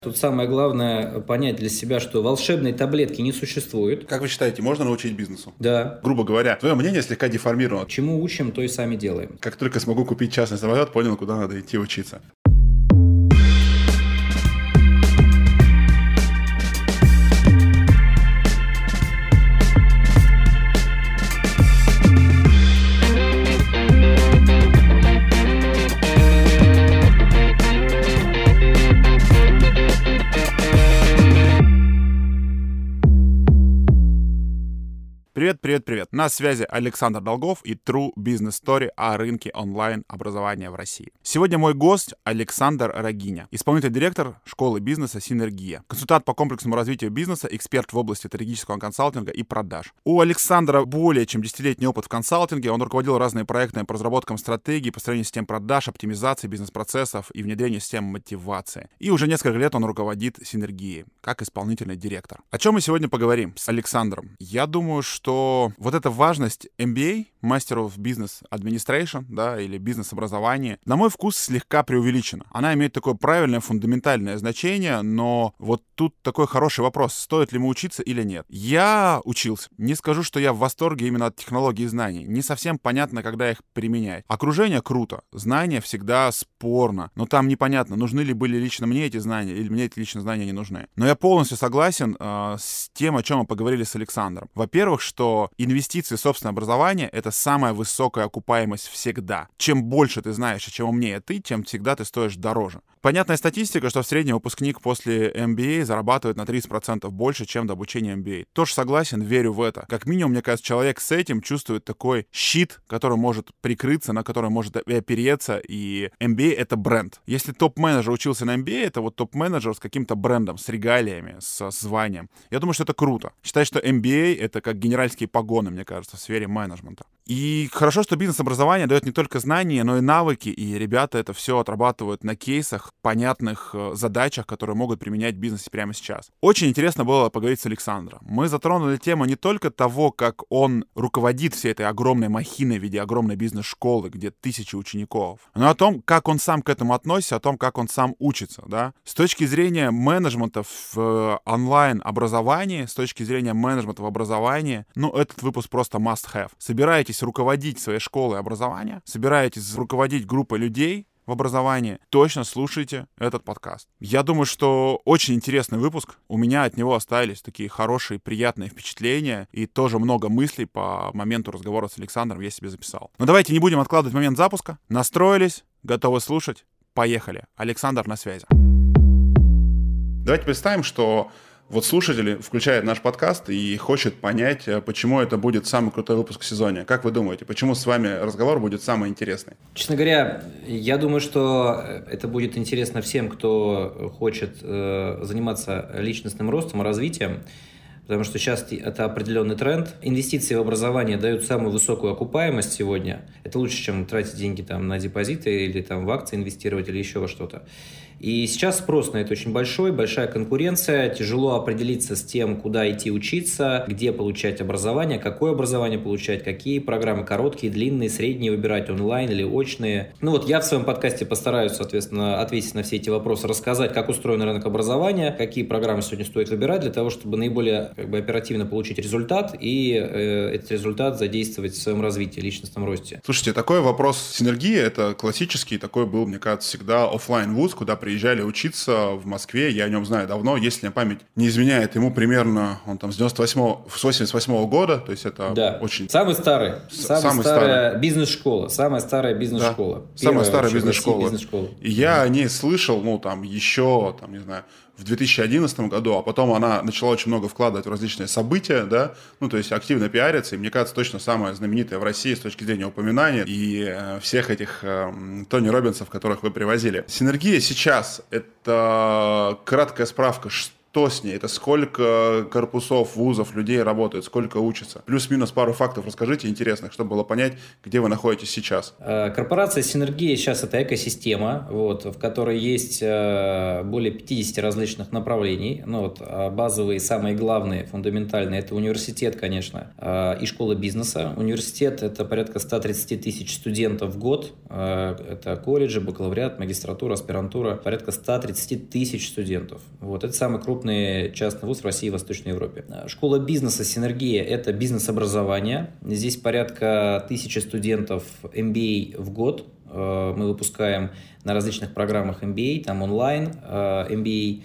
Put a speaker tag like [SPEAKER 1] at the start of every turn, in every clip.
[SPEAKER 1] Тут самое главное понять для себя, что волшебной таблетки не существует.
[SPEAKER 2] Как вы считаете, можно научить бизнесу?
[SPEAKER 1] Да.
[SPEAKER 2] Грубо говоря, твое мнение слегка деформировано.
[SPEAKER 1] Чему учим, то и сами делаем.
[SPEAKER 2] Как только смогу купить частный самолет, понял, куда надо идти учиться. Привет. На связи Александр Долгов и True Business Story о рынке онлайн-образования в России. Сегодня мой гость Александр Рогиня, исполнительный директор школы бизнеса «Синергия», консультант по комплексному развитию бизнеса, эксперт в области стратегического консалтинга и продаж. У Александра более чем 10-летний опыт в консалтинге, он руководил разными проектами по разработкам стратегий, построению систем продаж, оптимизации бизнес-процессов и внедрению систем мотивации. И уже несколько лет он руководит «Синергией» как исполнительный директор. О чем мы сегодня поговорим с Александром? Я думаю, что вот эта важность MBA, Master of Business Administration, да, или бизнес-образование, на мой вкус, слегка преувеличена. Она имеет такое правильное, фундаментальное значение, но вот тут такой хороший вопрос, стоит ли ему учиться или нет. Я учился. Не скажу, что я в восторге именно от технологий и знаний. Не совсем понятно, когда их применять. Окружение круто, знания всегда спорно, но там непонятно, нужны ли были лично мне эти знания, или мне эти лично знания не нужны. Но я полностью согласен с тем, о чем мы поговорили с Александром. Во-первых, что инвестиции в собственное образование — это самая высокая окупаемость всегда. Чем больше ты знаешь и чем умнее ты, тем всегда ты стоишь дороже. Понятная статистика, что в среднем выпускник после MBA зарабатывает на 30% больше, чем до обучения MBA. Тоже согласен, верю в это. Как минимум, мне кажется, человек с этим чувствует такой щит, который может прикрыться, на который может опереться, и MBA — это бренд. Если топ-менеджер учился на MBA, это вот топ-менеджер с каким-то брендом, с регалиями, со званием. Я думаю, что это круто. Считаю, что MBA — это как генеральские погоны, мне кажется, в сфере менеджмента. И хорошо, что бизнес-образование дает не только знания, но и навыки, и ребята это все отрабатывают на кейсах, понятных задачах, которые могут применять в бизнесе прямо сейчас. Очень интересно было поговорить с Александром. Мы затронули тему не только того, как он руководит всей этой огромной махиной в виде огромной бизнес-школы, где тысячи учеников, но о том, как он сам к этому относится, о том, как он сам учится, да. С точки зрения менеджмента в онлайн-образовании, с точки зрения менеджмента в образовании, этот выпуск просто must-have. Собираетесь руководить своей школой образования, собираетесь руководить группой людей в образовании, точно слушайте этот подкаст. Я думаю, что очень интересный выпуск. У меня от него остались такие хорошие, приятные впечатления и тоже много мыслей по моменту разговора с Александром я себе записал. Но давайте не будем откладывать момент запуска. Настроились, готовы слушать? Поехали. Александр на связи. Давайте представим, что вот слушатель включает наш подкаст и хочет понять, почему это будет самый крутой выпуск в сезоне. Как вы думаете, почему с вами разговор будет самый интересный?
[SPEAKER 1] Честно говоря, я думаю, что это будет интересно всем, кто хочет заниматься личностным ростом и развитием, потому что сейчас это определенный тренд. Инвестиции в образование дают самую высокую окупаемость сегодня. Это лучше, чем тратить деньги на депозиты или в акции инвестировать или еще во что-то. И сейчас спрос на это очень большой, большая конкуренция, тяжело определиться с тем, куда идти учиться, где получать образование, какое образование получать, какие программы короткие, длинные, средние выбирать, онлайн или очные. Я в своем подкасте постараюсь, соответственно, ответить на все эти вопросы, рассказать, как устроен рынок образования, какие программы сегодня стоит выбирать для того, чтобы наиболее оперативно получить результат и этот результат задействовать в своем развитии, личностном росте.
[SPEAKER 2] Слушайте, такой вопрос синергии, это классический, такой был, мне кажется, всегда офлайн вуз, куда приезжали учиться в Москве, я о нем знаю давно, если мне память не изменяет, ему примерно, он с 88 года, то есть это очень...
[SPEAKER 1] Самая старая бизнес-школа, самая старая бизнес-школа.
[SPEAKER 2] Да, самая старая бизнес-школа. И я о ней слышал, еще, не знаю, в 2011 году, а потом она начала очень много вкладывать в различные события, да, то есть активно пиариться, и мне кажется, точно самая знаменитая в России с точки зрения упоминания и всех этих Тони Роббинсов, которых вы привозили. Синергия сейчас — это краткая справка, что с ней? Это сколько корпусов, вузов, людей работает, сколько учатся? Плюс-минус пару фактов расскажите интересных, чтобы было понять, где вы находитесь сейчас.
[SPEAKER 1] Корпорация «Синергия» сейчас это экосистема, в которой есть более 50 различных направлений. Базовые, самые главные, фундаментальные – это университет, конечно, и школа бизнеса. Университет – это порядка 130 тысяч студентов в год. Это колледжи, бакалавриат, магистратура, аспирантура. Порядка 130 тысяч студентов. Это самый крупный частный вуз в России и Восточной Европе. Школа бизнеса «Синергия» – это бизнес-образование. Здесь порядка 1000 студентов MBA в год. Мы выпускаем на различных программах MBA, там онлайн MBA,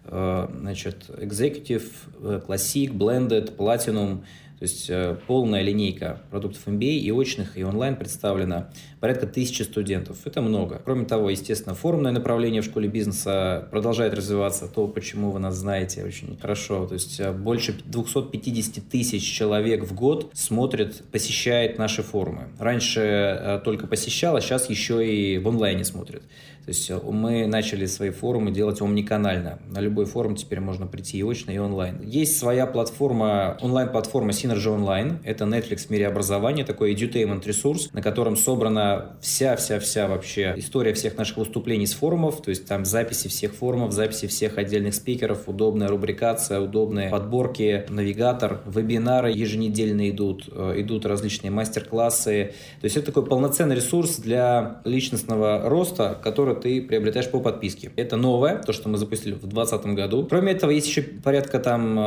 [SPEAKER 1] Executive, Classic, Blended, Platinum. То есть полная линейка продуктов MBA и очных, и онлайн представлена. Порядка 1000 студентов. Это много. Кроме того, естественно, форумное направление в школе бизнеса продолжает развиваться. То, почему вы нас знаете очень хорошо. То есть больше 250 тысяч человек в год посещает наши форумы. Раньше только посещал, а сейчас еще и в онлайне смотрит. То есть мы начали свои форумы делать омниканально. На любой форум теперь можно прийти и очно, и онлайн. Есть своя платформа, онлайн-платформа Synergy Online. Это Netflix в мире образования, такой edutainment ресурс, на котором собрана вся вообще история всех наших выступлений с форумов. То есть там записи всех форумов, записи всех отдельных спикеров, удобная рубрикация, удобные подборки, навигатор, вебинары еженедельно идут различные мастер-классы. То есть это такой полноценный ресурс для личностного роста, который ты приобретаешь по подписке. Это новое, то, что мы запустили в 2020 году. Кроме этого, есть еще порядка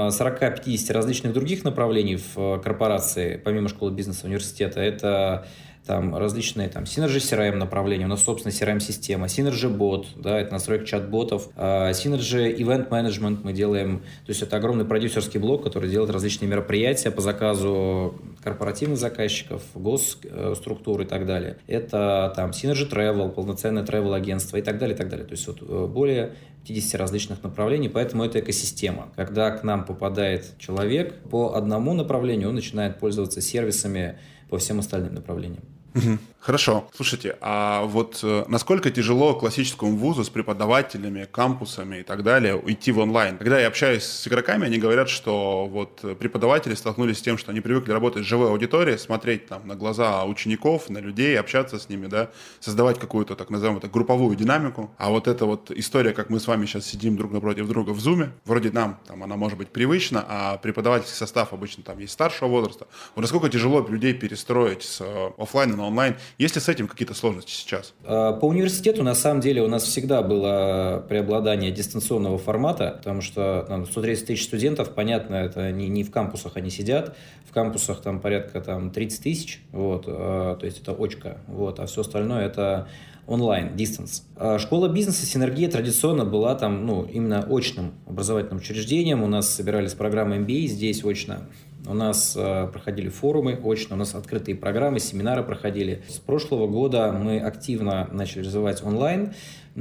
[SPEAKER 1] 40-50 различных других направлений в корпорации, помимо школы бизнеса, университета. Это различные Synergy CRM направления, у нас собственная CRM-система, Synergy Bot, это настройка чат-ботов, Synergy Event Management мы делаем, то есть это огромный продюсерский блок, который делает различные мероприятия по заказу корпоративных заказчиков, госструктур и так далее. Это Synergy Travel, полноценное travel-агентство и так далее, и так далее. То есть более 50 различных направлений, поэтому это экосистема. Когда к нам попадает человек по одному направлению, он начинает пользоваться сервисами по всем остальным направлениям.
[SPEAKER 2] Хорошо. Слушайте, а насколько тяжело классическому вузу с преподавателями, кампусами и так далее идти в онлайн? Когда я общаюсь с игроками, они говорят, что преподаватели столкнулись с тем, что они привыкли работать с живой аудиторией, смотреть на глаза учеников, на людей, общаться с ними, создавать какую-то, так назовем это, групповую динамику. А эта история, как мы с вами сейчас сидим друг напротив друга в зуме, вроде нам она может быть привычна, а преподавательский состав обычно есть старшего возраста. Насколько тяжело людей перестроить с офлайна на онлайн? Есть ли с этим какие-то сложности сейчас?
[SPEAKER 1] По университету, на самом деле, у нас всегда было преобладание дистанционного формата, потому что 130 тысяч студентов, понятно, это не в кампусах они сидят, в кампусах порядка 30 тысяч, то есть это очка, а все остальное это онлайн, дистанс. Школа бизнеса «Синергия» традиционно была именно очным образовательным учреждением. У нас собирались программы MBA здесь очно. У нас проходили форумы очно, у нас открытые программы, семинары проходили. С прошлого года мы активно начали развивать онлайн,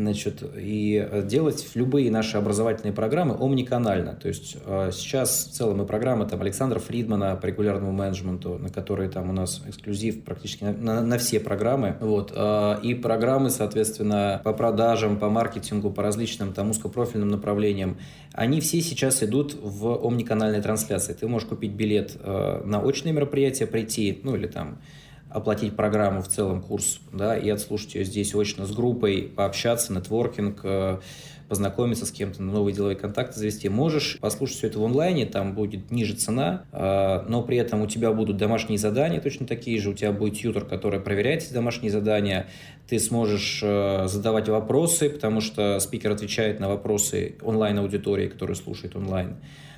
[SPEAKER 1] и делать любые наши образовательные программы омниканально. То есть сейчас в целом и программы Александра Фридмана по регулярному менеджменту, на которые у нас эксклюзив практически на все программы. И программы, соответственно, по продажам, по маркетингу, по различным узкопрофильным направлениям, они все сейчас идут в омниканальной трансляции. Ты можешь купить билет на очные мероприятия, прийти, или оплатить программу в целом, курс, и отслушать ее здесь очно с группой, пообщаться, нетворкинг, познакомиться с кем-то, новые деловые контакты завести. Можешь послушать все это в онлайне, там будет ниже цена, но при этом у тебя будут домашние задания точно такие же, у тебя будет тьютор, который проверяет эти домашние задания, ты сможешь задавать вопросы, потому что спикер отвечает на вопросы онлайн-аудитории, которая слушает онлайн.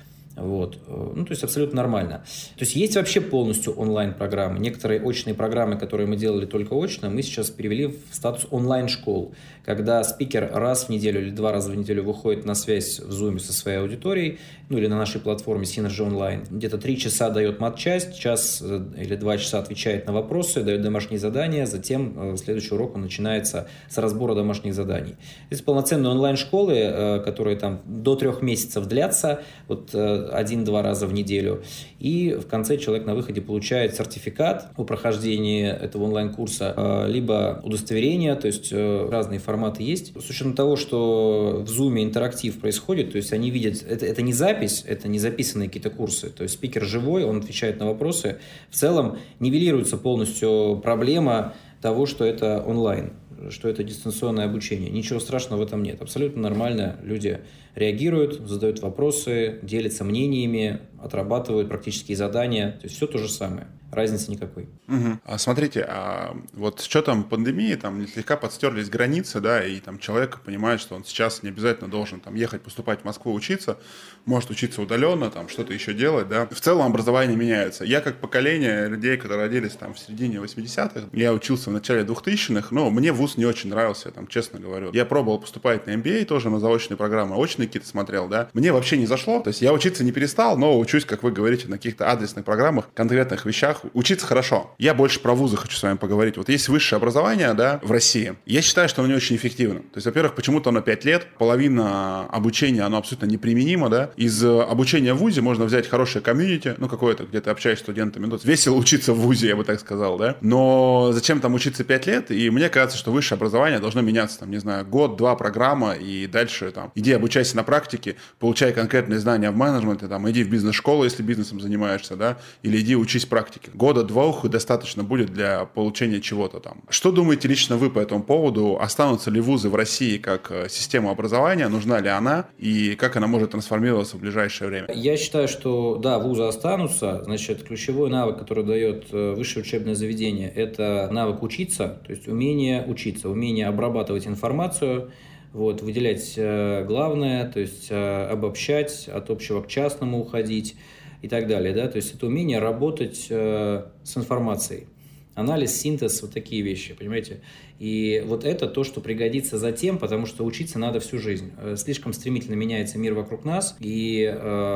[SPEAKER 1] То есть абсолютно нормально. То есть есть вообще полностью онлайн-программы. Некоторые очные программы, которые мы делали только очно, мы сейчас перевели в статус онлайн-школ, когда спикер раз в неделю или 2 раза в неделю выходит на связь в Zoom со своей аудиторией, или на нашей платформе Synergy Online. Где-то 3 часа дает матчасть, час или 2 часа отвечает на вопросы, дает домашние задания, затем следующий урок начинается с разбора домашних заданий. Есть полноценные онлайн-школы, которые до 3 месяцев длятся. 1-2 раза в неделю. И в конце человек на выходе получает сертификат о прохождении этого онлайн-курса, либо удостоверение, то есть разные форматы есть. С учетом того, что в Zoom интерактив происходит, то есть они видят, это не запись, это не записанные какие-то курсы, то есть спикер живой, он отвечает на вопросы. В целом нивелируется полностью проблема того, что это онлайн, что это дистанционное обучение. Ничего страшного в этом нет. Абсолютно нормально люди реагируют, задают вопросы, делятся мнениями, отрабатывают практические задания. То есть все то же самое. Разницы никакой.
[SPEAKER 2] Смотрите, вот с учетом пандемии там слегка подстерлись границы, да, и там человек понимает, что он сейчас не обязательно должен там ехать поступать в Москву учиться, может учиться удаленно, там что-то еще делать, да. В целом образование меняется. Я как поколение людей, которые родились там в середине 80-х, я учился в начале 2000-х, но мне вуз не очень нравился, я там честно говорю. Я пробовал поступать на MBA тоже на заочные программы, очные какие-то смотрел, да. Мне вообще не зашло, то есть я учиться не перестал, но учусь, как вы говорите, на каких-то адресных программах, конкретных вещах. Учиться хорошо. Я больше про вузы хочу с вами поговорить. Вот есть высшее образование, да, в России. Я считаю, что оно не очень эффективно. То есть, во-первых, почему-то оно 5 лет, половина обучения, оно абсолютно неприменимо, да. Из обучения в вузе можно взять хорошее комьюнити, ну, какое-то, где ты общаешься с студентами. Ну, весело учиться в вузе, я бы так сказал, да. Но зачем там учиться 5 лет? И мне кажется, что высшее образование должно меняться, там, не знаю, год-два программа, и дальше там иди обучайся на практике, получай конкретные знания в менеджменте, там, иди в бизнес-школу, если бизнесом занимаешься, да, или иди учись практике. Года-2 достаточно будет для получения чего-то там. Что думаете лично вы по этому поводу? Останутся ли вузы в России как система образования? Нужна ли она? И как она может трансформироваться в ближайшее время?
[SPEAKER 1] Я считаю, что да, вузы останутся. Значит, ключевой навык, который дает высшее учебное заведение, это навык учиться, то есть умение учиться, умение обрабатывать информацию, вот, выделять главное, то есть обобщать, от общего к частному уходить и так далее, да, то есть это умение работать с информацией, анализ, синтез, вот такие вещи, понимаете, и вот это то, что пригодится затем, потому что учиться надо всю жизнь. Слишком стремительно меняется мир вокруг нас, и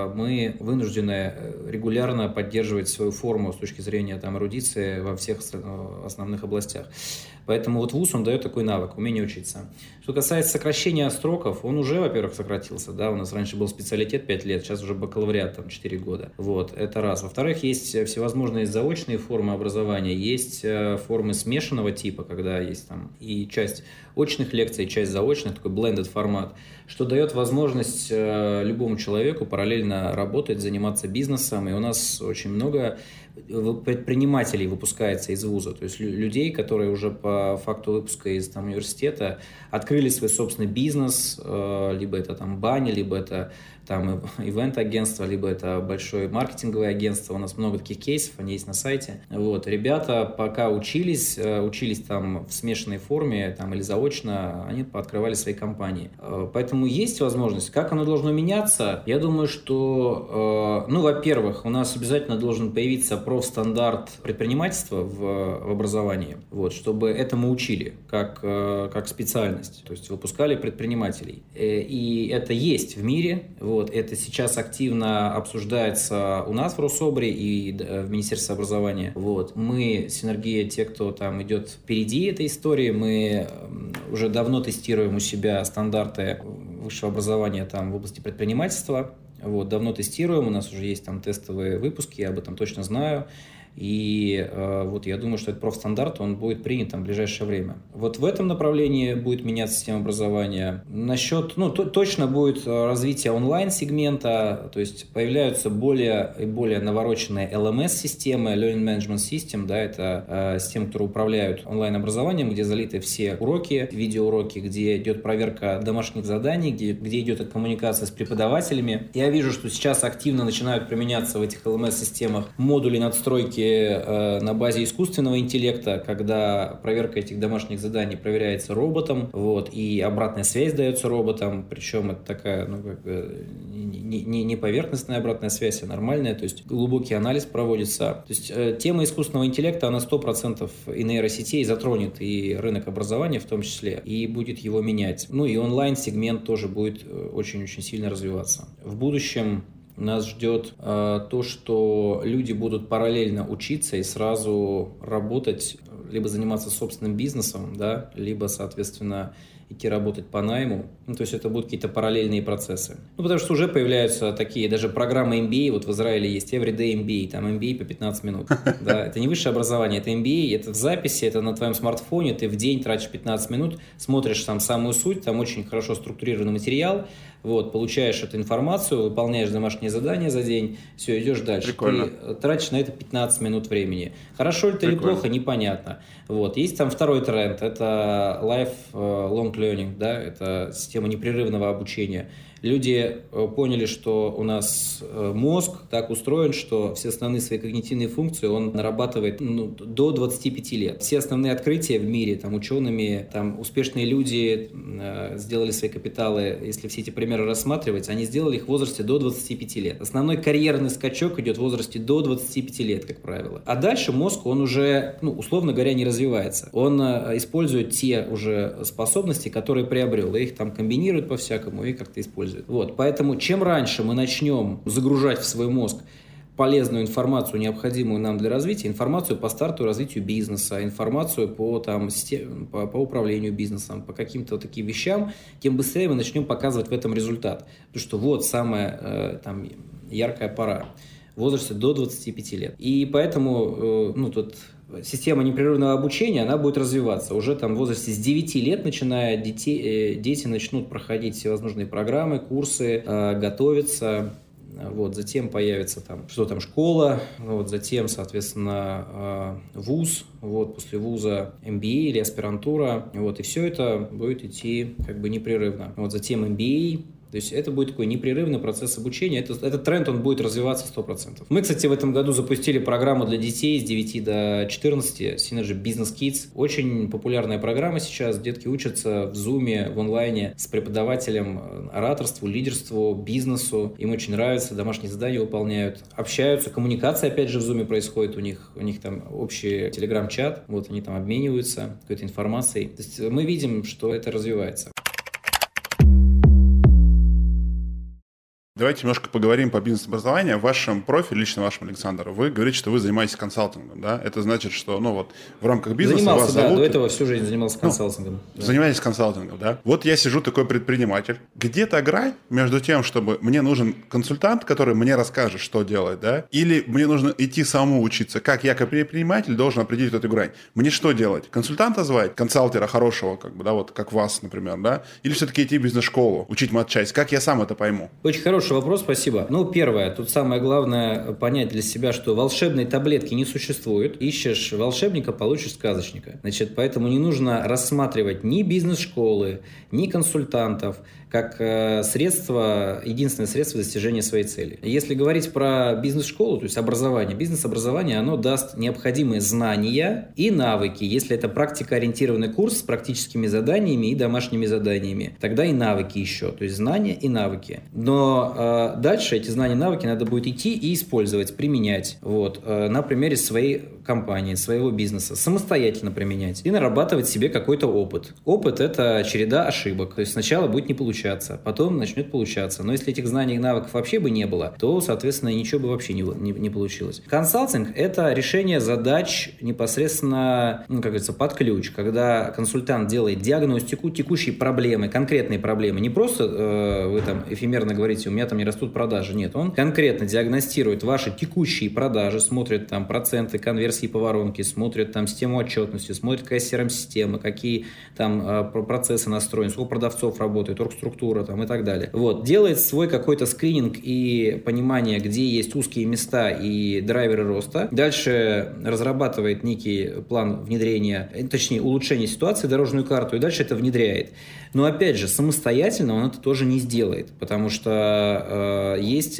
[SPEAKER 1] мы вынуждены регулярно поддерживать свою форму с точки зрения там эрудиции во всех основных областях. Поэтому вот вуз, он дает такой навык, умение учиться. Что касается сокращения сроков, он уже, во-первых, сократился, да, у нас раньше был специалитет 5 лет, сейчас уже бакалавриат там 4 года, вот, это раз. Во-вторых, есть всевозможные заочные формы образования, есть формы смешанного типа, когда есть там и часть очных лекций, и часть заочных, такой blended формат, что дает возможность любому человеку параллельно работать, заниматься бизнесом, и у нас очень много предпринимателей выпускается из вуза, то есть людей, которые уже по факту выпуска из там, университета открыли свой собственный бизнес, либо это там бани, либо это там ивент-агентство, либо это большое маркетинговое агентство. У нас много таких кейсов, они есть на сайте. Вот. Ребята пока учились там в смешанной форме там, или заочно, они пооткрывали свои компании. Поэтому есть возможность. Как оно должно меняться? Я думаю, что, во-первых, у нас обязательно должен появиться профстандарт предпринимательства в образовании, вот, чтобы этому учили как специальность. То есть выпускали предпринимателей. И это есть в мире. Вот, это сейчас активно обсуждается у нас в Рособре и в Министерстве образования. Вот. Мы, Синергия, те, кто там идет впереди этой истории, мы уже давно тестируем у себя стандарты высшего образования там, в области предпринимательства. Вот, давно тестируем, у нас уже есть там тестовые выпуски, я об этом точно знаю. И вот я думаю, что этот профстандарт, он будет принят там в ближайшее время. Вот в этом направлении будет меняться система образования. Насчет, точно будет развитие онлайн-сегмента, то есть появляются более и более навороченные LMS-системы, Learning Management System, да, это системы, которые управляют онлайн-образованием, где залиты все уроки, видеоуроки, где идет проверка домашних заданий, где идет коммуникация с преподавателями. Я вижу, что сейчас активно начинают применяться в этих LMS-системах модули надстройки на базе искусственного интеллекта, когда проверка этих домашних заданий проверяется роботом, вот, и обратная связь дается роботом, причем это такая, не поверхностная обратная связь, а нормальная, то есть глубокий анализ проводится. То есть тема искусственного интеллекта, она 100% и нейросетей затронет, и рынок образования в том числе, и будет его менять. И онлайн-сегмент тоже будет очень-очень сильно развиваться. В будущем нас ждет то, что люди будут параллельно учиться и сразу работать, либо заниматься собственным бизнесом, да, либо, соответственно, идти работать по найму. Ну, то есть это будут какие-то параллельные процессы. Ну, потому что уже появляются такие даже программы MBA. Вот в Израиле есть Everyday MBA, там MBA по 15 минут. Да, это не высшее образование, это MBA, это в записи, это на твоем смартфоне, ты в день тратишь 15 минут, смотришь там самую суть, там очень хорошо структурированный материал, вот, получаешь эту информацию, выполняешь домашние задания за день, все, идешь дальше.
[SPEAKER 2] Прикольно.
[SPEAKER 1] Ты тратишь на это 15 минут времени. Хорошо ли это или плохо, непонятно. Вот. Есть там второй тренд, это lifelong learning, да, это система непрерывного обучения. Люди поняли, что у нас мозг так устроен, что все основные свои когнитивные функции он нарабатывает до 25 лет. Все основные открытия в мире, там, учеными, там, успешные люди сделали свои капиталы, если все эти примеры рассматривать, они сделали их в возрасте до 25 лет. Основной карьерный скачок идет в возрасте до 25 лет, как правило. А дальше мозг, он уже, условно говоря, не развивается. Он использует те уже способности, которые приобрел, и их там комбинирует по-всякому и как-то использует. Вот, поэтому чем раньше мы начнем загружать в свой мозг полезную информацию, необходимую нам для развития, информацию по старту и развитию бизнеса, информацию по управлению бизнесом, по каким-то вот таким вещам, тем быстрее мы начнем показывать в этом результат. Потому что вот самая яркая пора в возрасте до 25 лет. И поэтому тут система непрерывного обучения, она будет развиваться. Уже там в возрасте с 9 лет, начиная, дети начнут проходить всевозможные программы, курсы, готовиться. Вот, затем появится школа, вот, затем, соответственно, вуз, вот, после вуза MBA или аспирантура, вот, и все это будет идти как бы непрерывно. Вот, затем MBA. То есть это будет такой непрерывный процесс обучения. Этот тренд, он будет развиваться 100%. Мы, кстати, в этом году запустили программу для детей с 9 до 14, Synergy Business Kids. Очень популярная программа сейчас. Детки учатся в Zoom, в онлайне с преподавателем ораторству, лидерству, бизнесу. Им очень нравится, домашние задания выполняют, общаются. Коммуникация, опять же, в Zoom происходит у них. У них там общий телеграм-чат. Вот они там обмениваются какой-то информацией. То есть мы видим, что это развивается.
[SPEAKER 2] Давайте немножко поговорим по бизнес-образованию. В вашем профиле, лично вашем, Александр, вы говорите, что вы занимаетесь консалтингом, да? Это значит, что, в рамках бизнеса вас зовут...
[SPEAKER 1] до этого всю жизнь занимался консалтингом.
[SPEAKER 2] Занимаетесь консалтингом, да? Вот я сижу такой предприниматель. Где-то грань между тем, чтобы мне нужен консультант, который мне расскажет, что делать, да? Или мне нужно идти самому учиться. Как я, как предприниматель, должен определить эту грань? Мне что делать? Консультанта звать? Консалтера хорошего, как вас, например, да? Или все-таки идти в бизнес-школу, учить матчасть? Как я сам это пойму?
[SPEAKER 1] Очень хороший вопрос, спасибо. Первое, тут самое главное понять для себя, что волшебной таблетки не существует. Ищешь волшебника, получишь сказочника. Значит, поэтому не нужно рассматривать ни бизнес-школы, ни консультантов как единственное средство достижения своей цели. Если говорить про бизнес-школу, то есть образование, бизнес-образование, оно даст необходимые знания и навыки. Если это практикоориентированный курс с практическими заданиями и домашними заданиями, тогда и навыки еще, то есть знания и навыки. Но дальше эти знания и навыки надо будет идти и использовать, применять на примере своей компании, своего бизнеса, самостоятельно применять и нарабатывать себе какой-то опыт. Опыт – это череда ошибок, то есть сначала будет не получаться, потом начнет получаться. Но если этих знаний и навыков вообще бы не было, то, соответственно, ничего бы вообще не получилось. Консалтинг – это решение задач непосредственно, под ключ, когда консультант делает диагностику текущей проблемы, конкретной проблемы. Не просто вы там эфемерно говорите, у меня там не растут продажи. Нет, он конкретно диагностирует ваши текущие продажи, смотрит там проценты конверсии по воронке, смотрит там систему отчетности, смотрит, какая CRM-система, какие там процессы настроены, сколько продавцов работает, оргструктура там и так далее. Делает свой какой-то скрининг и понимание, где есть узкие места и драйверы роста. Дальше разрабатывает некий план внедрения, точнее улучшения ситуации, дорожную карту, и дальше это внедряет. Но опять же, самостоятельно он это тоже не сделает, потому что есть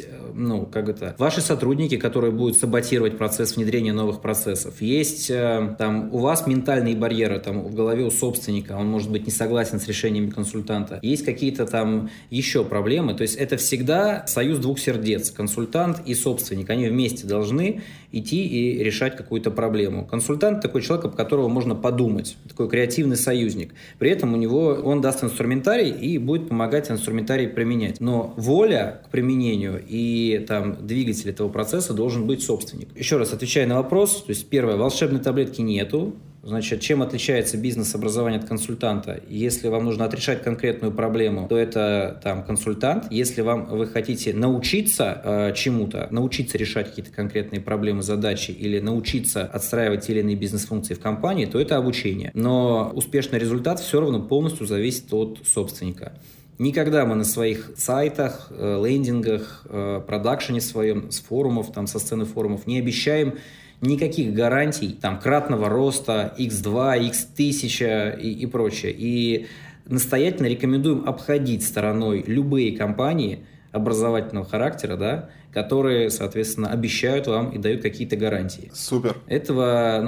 [SPEAKER 1] ваши сотрудники, которые будут саботировать процесс внедрения новых процессов. Есть у вас ментальные барьеры в голове у собственника, он может быть не согласен с решениями консультанта. Есть какие-то еще проблемы, то есть это всегда союз двух сердец, консультант и собственник, они вместе должны идти и решать какую-то проблему. Консультант такой человек, об которого можно подумать, такой креативный союзник. При этом он даст инструментарий и будет помогать инструментарий применять. Но воля к применению и двигатель этого процесса должен быть собственник. Еще раз отвечая на вопрос, то есть первое, волшебной таблетки нету. Значит, чем отличается бизнес-образование от консультанта? Если вам нужно отрешать конкретную проблему, то это там консультант. Если вы хотите научиться чему-то, научиться решать какие-то конкретные проблемы, задачи или научиться отстраивать те или иные бизнес-функции в компании, то это обучение. Но успешный результат все равно полностью зависит от собственника. Никогда мы на своих сайтах, лендингах, продакшене своем, с форумов, там, со сцены форумов не обещаем никаких гарантий, там, кратного роста, x2, x1000 и прочее. И настоятельно рекомендуем обходить стороной любые компании образовательного характера, да, которые, соответственно, обещают вам и дают какие-то гарантии.
[SPEAKER 2] Супер.
[SPEAKER 1] Этого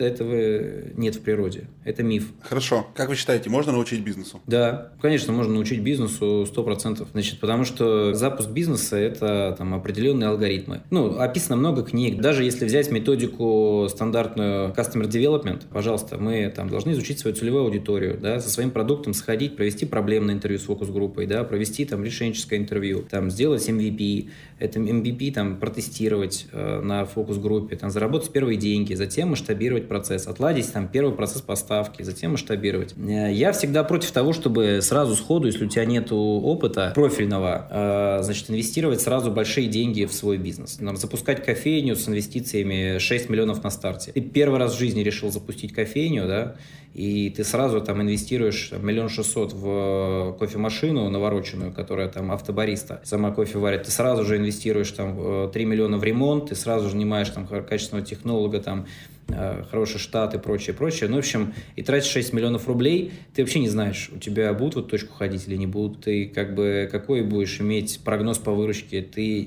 [SPEAKER 1] нет в природе. Это миф.
[SPEAKER 2] Хорошо. Как вы считаете, можно научить бизнесу?
[SPEAKER 1] Да, конечно, можно научить бизнесу 100%. Значит, потому что запуск бизнеса – это там определенные алгоритмы. Описано много книг. Даже если взять методику стандартную Customer Development, пожалуйста, мы там должны изучить свою целевую аудиторию, да, со своим продуктом сходить, провести проблемное интервью с фокус-группой, да, провести там решенческое интервью, там, сделать MVP, это MVP там, протестировать на фокус-группе, там, заработать первые деньги, затем масштабировать процесс, отладить там, первый процесс поставки, затем масштабировать. Я всегда против того, чтобы сразу сходу, если у тебя нет опыта профильного, значит, инвестировать сразу большие деньги в свой бизнес. Запускать кофейню с инвестициями 6 миллионов на старте. Ты первый раз в жизни решил запустить кофейню, да, и ты сразу там инвестируешь 1 600 000 в кофемашину навороченную, которая там автобариста, сама кофе варит, ты сразу же инвестируешь там 3 миллиона в ремонт, ты сразу же нанимаешь там качественного технолога, там хороший штат и прочее. В общем, и тратишь 6 миллионов рублей, ты вообще не знаешь, у тебя будут в эту точку ходить или не будут, ты какой будешь иметь прогноз по выручке, ты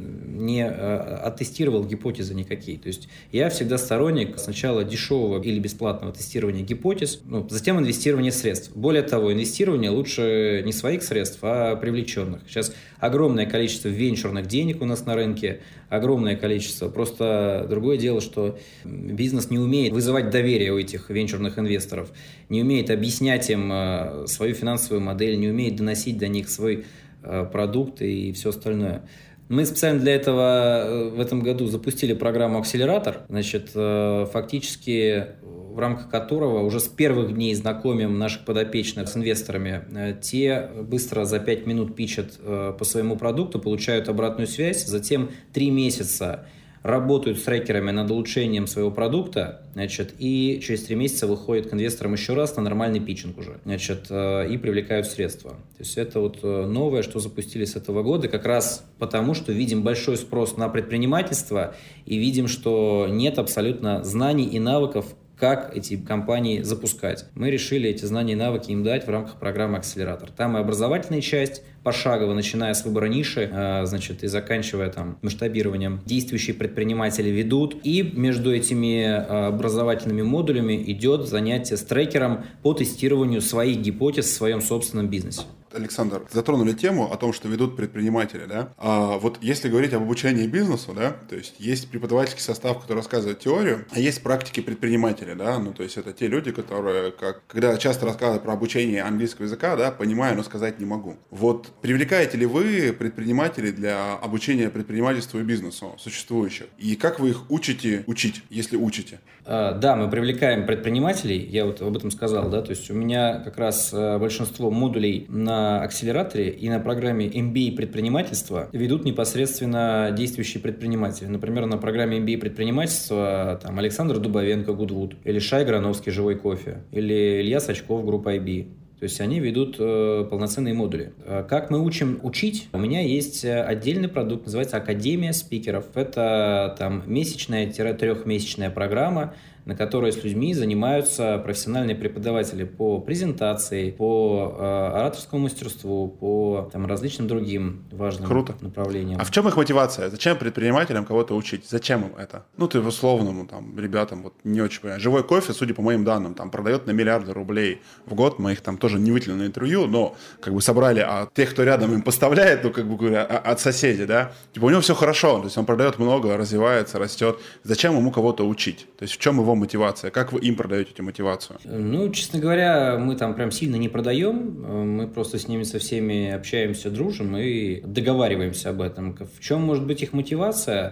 [SPEAKER 1] не оттестировал гипотезы никакие. То есть я всегда сторонник сначала дешевого или бесплатного тестирования гипотез, затем инвестирования средств. Более того, инвестирование лучше не своих средств, а привлеченных. Сейчас огромное количество венчурных денег у нас на рынке, огромное количество. Просто другое дело, что бизнес не умеет вызывать доверие у этих венчурных инвесторов, не умеет объяснять им свою финансовую модель, не умеет доносить до них свой продукт и все остальное. Мы специально для этого в этом году запустили программу «Акселератор», значит, фактически в рамках которого уже с первых дней знакомим наших подопечных с инвесторами. Те быстро за 5 минут питчат по своему продукту, получают обратную связь, затем 3 месяца работают с трекерами над улучшением своего продукта, значит, и через 3 месяца выходят к инвесторам еще раз на нормальный питчинг уже, значит, и привлекают средства. То есть это вот новое, что запустили с этого года, как раз потому, что видим большой спрос на предпринимательство и видим, что нет абсолютно знаний и навыков, как эти компании запускать. Мы решили эти знания и навыки им дать в рамках программы «Акселератор». Там и образовательная часть, пошагово, начиная с выбора ниши, значит, и заканчивая там масштабированием, действующие предприниматели ведут. И между этими образовательными модулями идет занятие с трекером по тестированию своих гипотез в своем собственном бизнесе.
[SPEAKER 2] Александр, затронули тему о том, что ведут предприниматели, да? Вот если говорить об обучении бизнесу, да, то есть преподавательский состав, который рассказывает теорию, а есть практики предприниматели, да, то есть это те люди, которые, когда часто рассказывают про обучение английского языка, да, понимаю, но сказать не могу. Вот привлекаете ли вы предпринимателей для обучения предпринимательству и бизнесу существующих? И как вы их учите учить, если учите?
[SPEAKER 1] Да, мы привлекаем предпринимателей, я вот об этом сказал, да, то есть у меня как раз большинство модулей на акселераторе и на программе MBA предпринимательства ведут непосредственно действующие предприниматели. Например, на программе MBA предпринимательства там Александр Дубовенко, Goodwood, или Шай Грановский, Живой кофе, или Илья Сачков, группа IB. То есть они ведут полноценные модули. Как мы учим учить? У меня есть отдельный продукт, называется Академия спикеров. Это там месячная-трехмесячная программа, на которой с людьми занимаются профессиональные преподаватели по презентации, по ораторскому мастерству, по там, различным другим важным направлениям.
[SPEAKER 2] А в чем их мотивация? Зачем предпринимателям кого-то учить? Зачем им это? Ты условному там, ребятам вот, не очень понимаю. Живой кофе, судя по моим данным, там, продает на миллиарды рублей в год. Мы их там тоже не вытянули на интервью, но как бы собрали от тех, кто рядом им поставляет, как бы говоря, от соседей, да? Типа у него все хорошо, то есть он продает много, развивается, растет. Зачем ему кого-то учить? То есть в чем его мотивация? Как вы им продаете эту мотивацию?
[SPEAKER 1] Честно говоря, мы там прям сильно не продаем. Мы просто с ними со всеми общаемся, дружим и договариваемся об этом. В чем может быть их мотивация?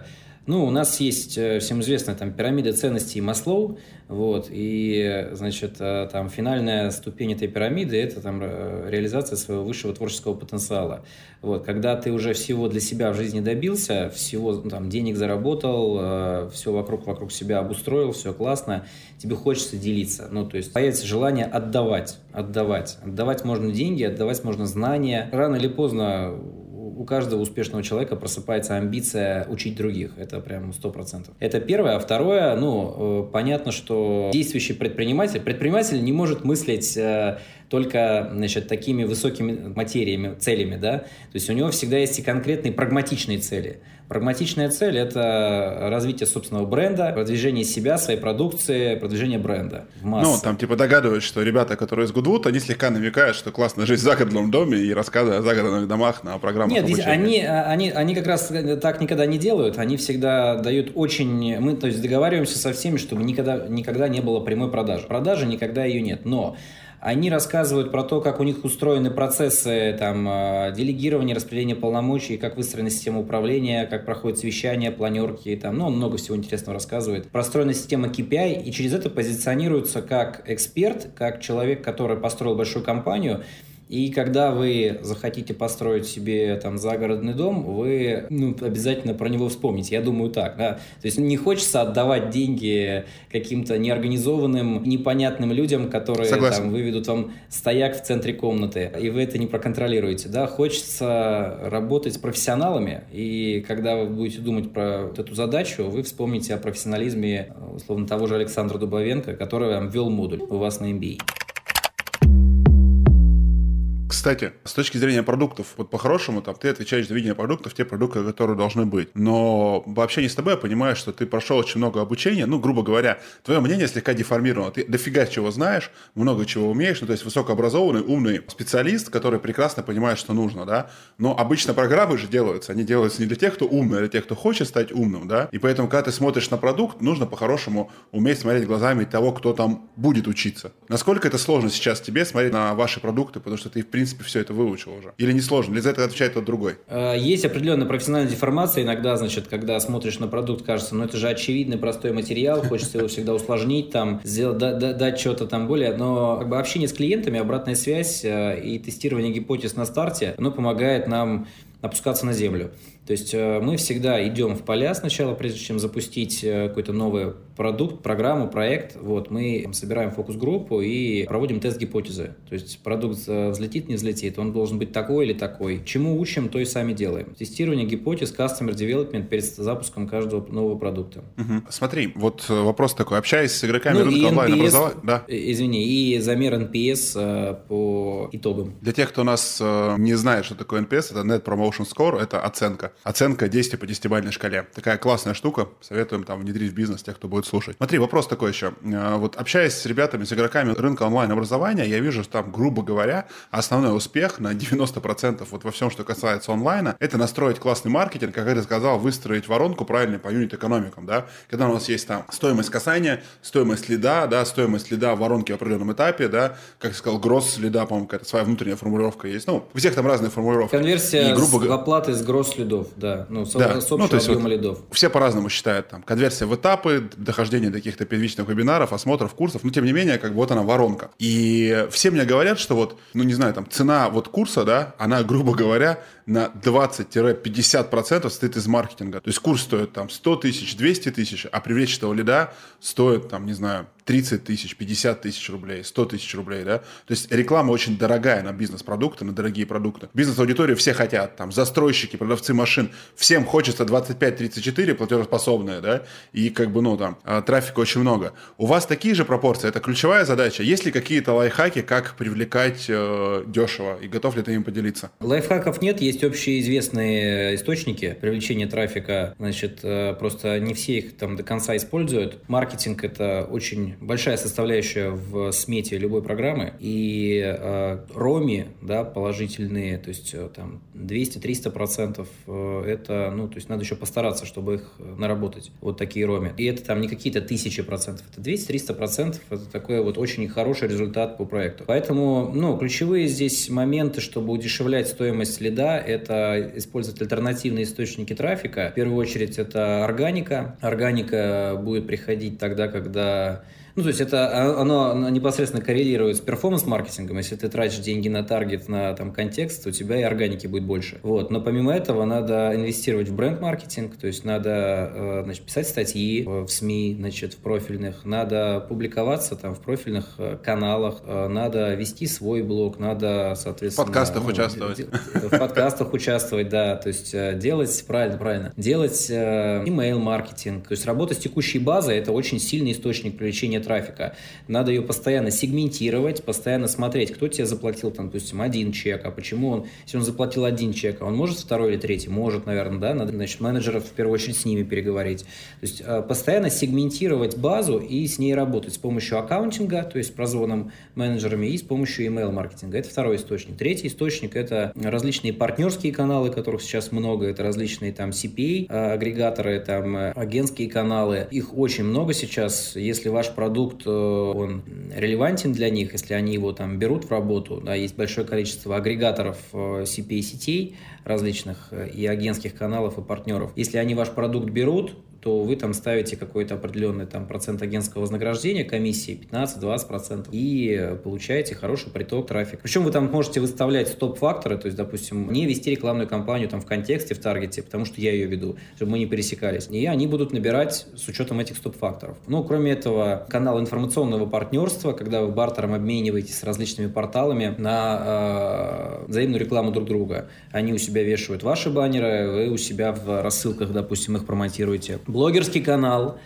[SPEAKER 1] Ну, у нас есть всем известная там пирамида ценностей Маслоу, вот, и, значит, там финальная ступень этой пирамиды – это там реализация своего высшего творческого потенциала. Вот, когда ты уже всего для себя в жизни добился, всего там денег заработал, все вокруг себя обустроил, все классно, тебе хочется делиться. Ну, то есть появится желание отдавать. Отдавать можно деньги, отдавать можно знания. Рано или поздно у каждого успешного человека просыпается амбиция учить других. Это прям 100%. Это первое. А второе, понятно, что действующий предприниматель не может мыслить только, значит, такими высокими материями, целями, да. То есть у него всегда есть и конкретные прагматичные цели. Прагматичная цель – это развитие собственного бренда, продвижение себя, своей продукции, продвижение бренда в массы.
[SPEAKER 2] Ну, там типа догадываюсь, что ребята, которые из Goodwood, они слегка намекают, что классно жить в загородном доме и рассказывать о загородных домах на программах обучения.
[SPEAKER 1] Нет, они как раз так никогда не делают. Они всегда дают очень… Мы, то есть, договариваемся со всеми, чтобы никогда не было прямой продажи. Продажи никогда ее нет, но… Они рассказывают про то, как у них устроены процессы там, делегирования, распределения полномочий, как выстроена система управления, как проходит совещания, планерки. Там, он много всего интересного рассказывает. Простроена система KPI, и через это позиционируется как эксперт, как человек, который построил большую компанию. И когда вы захотите построить себе там загородный дом, вы обязательно про него вспомните. Я думаю так, да. То есть не хочется отдавать деньги каким-то неорганизованным, непонятным людям, которые там выведут вам стояк в центре комнаты, и вы это не проконтролируете, да. Хочется работать с профессионалами, и когда вы будете думать про вот эту задачу, вы вспомните о профессионализме, условно, того же Александра Дубовенко, который вам вел модуль у вас на MBA.
[SPEAKER 2] Кстати, с точки зрения продуктов, вот по-хорошему, там, ты отвечаешь за видение продуктов, те продукты, которые должны быть. Но в общении с тобой я понимаю, что ты прошел очень много обучения, грубо говоря, твое мнение слегка деформировано. Ты дофига чего знаешь, много чего умеешь, то есть высокообразованный, умный специалист, который прекрасно понимает, что нужно, да. Но обычно программы же делаются, они делаются не для тех, кто умный, а для тех, кто хочет стать умным, да. И поэтому, когда ты смотришь на продукт, нужно по-хорошему уметь смотреть глазами того, кто там будет учиться. Насколько это сложно сейчас тебе смотреть на ваши продукты, потому что ты, в принципе, все это выучил уже? Или не сложно? Или за это отвечает тот другой?
[SPEAKER 1] Есть определенная профессиональная деформация. Иногда, значит, когда смотришь на продукт, кажется, это же очевидный простой материал, хочется его всегда усложнить, там, дать что-то там более. Но как бы общение с клиентами, обратная связь и тестирование гипотез на старте, оно помогает нам опускаться на землю. То есть мы всегда идем в поля сначала, прежде чем запустить какой-то новый продукт, программу, проект. Вот, мы собираем фокус-группу и проводим тест гипотезы. То есть продукт взлетит, не взлетит, он должен быть такой или такой. Чему учим, то и сами делаем. Тестирование гипотез, customer development перед запуском каждого нового продукта.
[SPEAKER 2] Угу. Смотри, вот вопрос такой. Общаясь с игроками рынка онлайн-образования... Да.
[SPEAKER 1] Извини, и замер NPS по итогам.
[SPEAKER 2] Для тех, кто нас не знает, что такое NPS, это Net Promotion Score, это оценка. Оценка действия по 10-бальной шкале. Такая классная штука. Советуем там внедрить в бизнес тех, кто будет слушать. Смотри, вопрос такой еще. Вот общаясь с ребятами, с игроками рынка онлайн-образования, я вижу, что там, грубо говоря, основной успех на 90% вот во всем, что касается онлайна, это настроить классный маркетинг, как я сказал, выстроить воронку правильно по юнит-экономикам, да. Когда у нас есть там стоимость касания, стоимость лида, да, стоимость лида в воронке в определенном этапе, да, как я сказал, гросс лида, по-моему, какая-то своя внутренняя формулировка есть. У всех там разные формулировки.
[SPEAKER 1] Конверсия в оплаты с гросс лидов. Да, с общего объема лидов.
[SPEAKER 2] Все по-разному считают. Там, конверсия в этапы, дохождение до каких-то первичных вебинаров, осмотров, курсов. Тем не менее, вот она воронка. И все мне говорят, что цена курса, да, она, грубо говоря, на 20-50% стоит из маркетинга. То есть курс стоит там 100 тысяч, 200 тысяч, а привлечь этого лида стоит, 30 тысяч, 50 тысяч рублей, 100 тысяч рублей, да. То есть реклама очень дорогая на бизнес-продукты, на дорогие продукты. Бизнес-аудиторию все хотят, застройщики, продавцы машин, всем хочется 25-34 платежеспособные, да, и трафика очень много. У вас такие же пропорции? Это ключевая задача? Есть ли какие-то лайфхаки, как привлекать дешево, и готов ли ты им поделиться?
[SPEAKER 1] Лайфхаков нет, есть общеизвестные источники привлечения трафика, просто не все их до конца используют. Маркетинг – это очень очень большая составляющая в смете любой программы, и ROMI, да, положительные, то есть там 200-300%, это, ну, то есть надо еще постараться, чтобы их наработать, вот такие ROMI. И это там не какие-то 1000%, это 200-300%, это такой вот очень хороший результат по проекту. Поэтому, ну, ключевые здесь моменты, чтобы удешевлять стоимость лида, это использовать альтернативные источники трафика. В первую очередь это органика. Органика будет приходить тогда, когда... Ну, то есть это оно непосредственно коррелирует с перформанс-маркетингом. Если ты тратишь деньги на таргет, на там, контекст, у тебя и органики будет больше. Вот. Но помимо этого надо инвестировать в бренд-маркетинг, то есть надо, значит, писать статьи в СМИ, значит, в профильных, надо публиковаться там в профильных каналах, надо вести свой блог, надо, соответственно...
[SPEAKER 2] В подкастах участвовать.
[SPEAKER 1] В подкастах участвовать, да, то есть делать, правильно, делать email-маркетинг, то есть работа с текущей базой – это очень сильный источник привлечения трафика. Надо ее постоянно сегментировать, постоянно смотреть, кто тебе заплатил, там, допустим, 1 чек, а почему он, если он заплатил 1 чек, а он может 2 или 3? Может, наверное, да, надо, значит, менеджеров в первую очередь с ними переговорить. То есть постоянно сегментировать базу и с ней работать с помощью аккаунтинга, то есть прозвоном менеджерами, и с помощью email-маркетинга. Это второй источник. Третий источник – это различные партнерские каналы, которых сейчас много, это различные там CPA, агрегаторы, там агентские каналы. Их очень много сейчас. Если ваш продукт, он релевантен для них, если они его там берут в работу, да, есть большое количество агрегаторов CPA-сетей различных и агентских каналов и партнеров. Если они ваш продукт берут, то вы там ставите какой-то определенный там процент агентского вознаграждения, комиссии 15-20%, и получаете хороший приток трафика. Причем вы там можете выставлять стоп-факторы, то есть, допустим, не вести рекламную кампанию там в контексте, в таргете, потому что я ее веду, чтобы мы не пересекались. И они будут набирать с учетом этих стоп-факторов. Ну, кроме этого, канал информационного партнерства, когда вы бартером обмениваетесь с различными порталами на взаимную рекламу друг друга. Они у себя вешают ваши баннеры, вы у себя в рассылках, допустим, их промотируете. Блогерский канал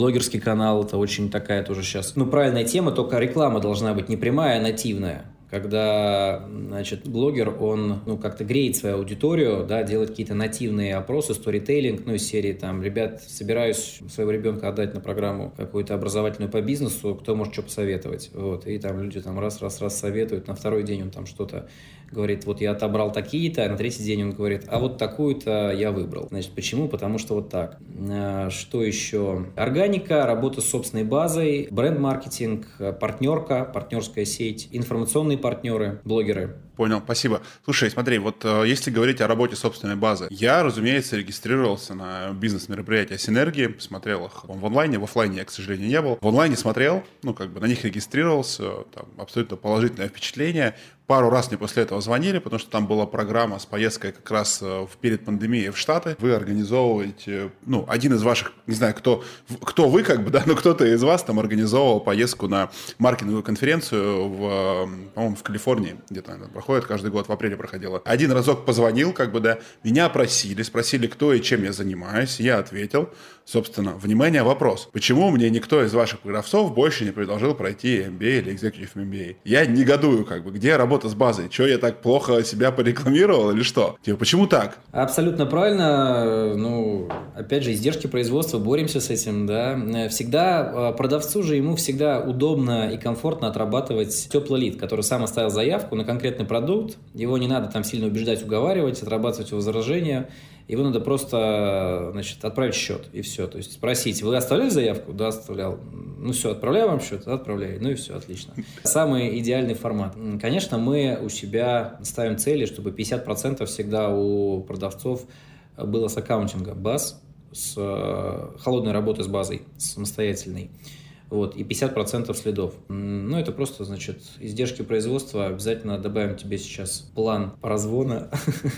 [SPEAKER 1] – это очень такая тоже сейчас, ну, правильная тема, только реклама должна быть не прямая, а нативная. Когда, значит, блогер, он, ну, как-то греет свою аудиторию, да, делает какие-то нативные опросы, сторителлинг, ну, из серии, там, ребят, собираюсь своего ребенка отдать на программу какую-то образовательную по бизнесу, кто может что посоветовать, вот, и там люди там раз советуют, на второй день он там что-то говорит, вот я отобрал такие-то, а на третий день он говорит, а вот такую-то я выбрал. Значит, почему? Потому что вот так. Что еще? Органика, работа с собственной базой, бренд-маркетинг, партнерская сеть, информационные партнеры, блогеры.
[SPEAKER 2] Понял, спасибо. Слушай, смотри, вот если говорить о работе собственной базы, я, разумеется, регистрировался на бизнес-мероприятия Синергии, смотрел их в онлайне, в офлайне я, к сожалению, не был. В онлайне смотрел, ну, как бы на них регистрировался, там абсолютно положительное впечатление. Пару раз мне после этого звонили, потому что там была программа с поездкой как раз перед пандемией в Штаты. Вы организовываете, ну, один из ваших, не знаю, кто вы, как бы, да, но кто-то из вас там организовывал поездку на маркетинговую конференцию по-моему, в Калифорнии, где-то она проходит, каждый год в апреле проходила. Один разок позвонил, как бы, да, меня спросили, кто и чем я занимаюсь, я ответил, собственно, внимание, вопрос. Почему мне никто из ваших продавцов больше не предложил пройти MBA или Executive MBA? Я негодую, как бы, где работа с базой? Что, я так плохо себя порекламировал или что? Типа, почему так?
[SPEAKER 1] Абсолютно правильно. Ну, опять же, издержки производства, боремся с этим, да. Всегда продавцу же, ему всегда удобно и комфортно отрабатывать теплый лид, который сам оставил заявку на конкретный продукт. Его не надо там сильно убеждать, уговаривать, отрабатывать его возражения. Его надо просто, значит, отправить счет, и все. То есть спросить, вы оставляли заявку? Да, оставлял. Ну все, отправляю вам счет? Отправляю. Ну и все, отлично. Самый идеальный формат. Конечно, мы у себя ставим цели, чтобы 50% всегда у продавцов было с аккаунтинга баз, с холодной работы с базой, самостоятельной. Вот, и 50% следов. Ну, это просто, значит, издержки производства. Обязательно добавим тебе сейчас план прозвона,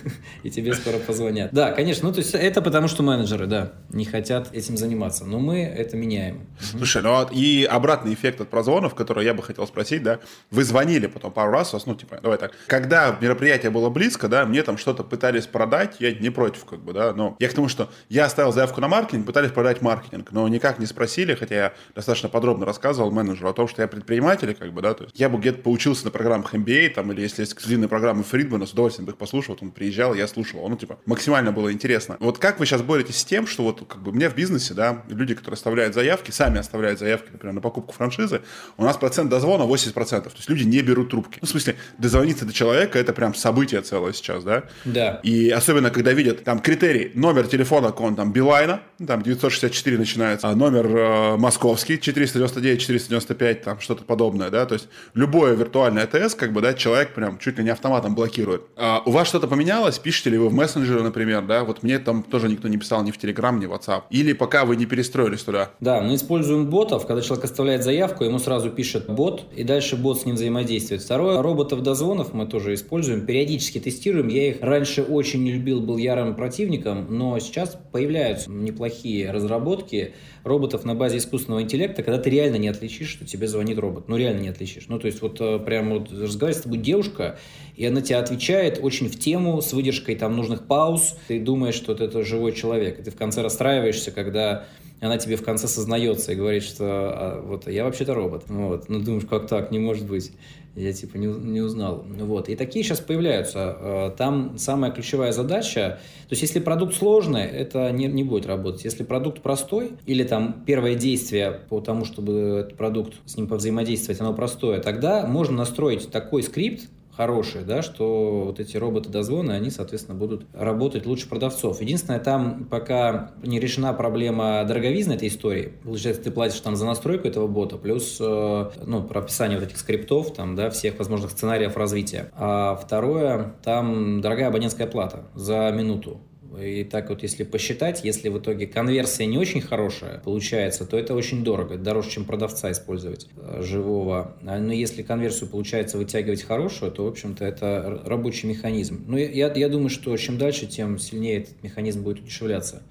[SPEAKER 1] и тебе скоро позвонят. Да, конечно, ну, то есть это потому, что менеджеры, да, не хотят этим заниматься, но мы это меняем.
[SPEAKER 2] Слушай, ну и обратный эффект от прозвонов, который я бы хотел спросить, да, вы звонили потом пару раз, ну, типа, давай так, когда мероприятие было близко, да, мне там что-то пытались продать, я не против, как бы, да, но я к тому, что я оставил заявку на маркетинг, пытались продать маркетинг, но никак не спросили, хотя я достаточно подробно рассказывал менеджеру о том, что я предприниматель, как бы, да, то есть я бы где-то поучился на программах MBA, там, или если есть эксклюзивные программы Фридмана, с удовольствием бы их послушал, вот он приезжал, я слушал, ну, типа, максимально было интересно. Вот как вы сейчас боретесь с тем, что вот, как бы, мне в бизнесе, да, люди, которые оставляют заявки, сами оставляют заявки, например, на покупку франшизы, у нас процент дозвона 80%, то есть люди не берут трубки. Ну, в смысле, дозвониться до человека, это прям событие целое сейчас, да?
[SPEAKER 1] Да.
[SPEAKER 2] И особенно, когда видят, там, критерий, номер телефона, он там, Билайна, там, 964 начинается, а номер московский, 499, 495, там, что-то подобное, да, то есть любое виртуальное АТС, как бы, да, человек прям чуть ли не автоматом блокирует. А у вас что-то поменялось? Пишете ли вы в мессенджеры, например, да? Вот мне там тоже никто не писал ни в Телеграм, ни в WhatsApp. Или пока вы не перестроились туда?
[SPEAKER 1] Да, мы используем ботов. Когда человек оставляет заявку, ему сразу пишет бот, и дальше бот с ним взаимодействует. Второе, роботов-дозвонов мы тоже используем, периодически тестируем. Я их раньше очень не любил, был ярым противником, но сейчас появляются неплохие разработки роботов на базе искусственного интеллекта, когда ты реально не отличишь, что тебе звонит робот. Ну, реально не отличишь. Ну, то есть, вот прям вот разговаривает с тобой девушка, и она тебе отвечает очень в тему, с выдержкой там нужных пауз. Ты думаешь, что это живой человек. И ты в конце расстраиваешься, когда она тебе в конце сознается и говорит, что вот я вообще-то робот. Вот. Ну, думаешь, как так? Не может быть. Я типа не узнал. Вот. И такие сейчас появляются. Там самая ключевая задача, то есть если продукт сложный, это не будет работать. Если продукт простой, или там первое действие по тому, чтобы этот продукт с ним повзаимодействовать, оно простое, тогда можно настроить такой скрипт, хорошие, да, что вот эти роботы-дозвоны, они, соответственно, будут работать лучше продавцов. Единственное, там пока не решена проблема дороговизны этой истории. Получается, ты платишь там за настройку этого бота, плюс прописание вот этих скриптов, там, да, всех возможных сценариев развития. А второе, там дорогая абонентская плата за минуту. И так вот, если посчитать, если в итоге конверсия не очень хорошая получается, то это очень дорого. Это дороже, чем продавца использовать живого. Но если конверсию получается вытягивать хорошую, то, в общем-то, это рабочий механизм. Но я думаю, что чем дальше, тем сильнее этот механизм будет удешевляться.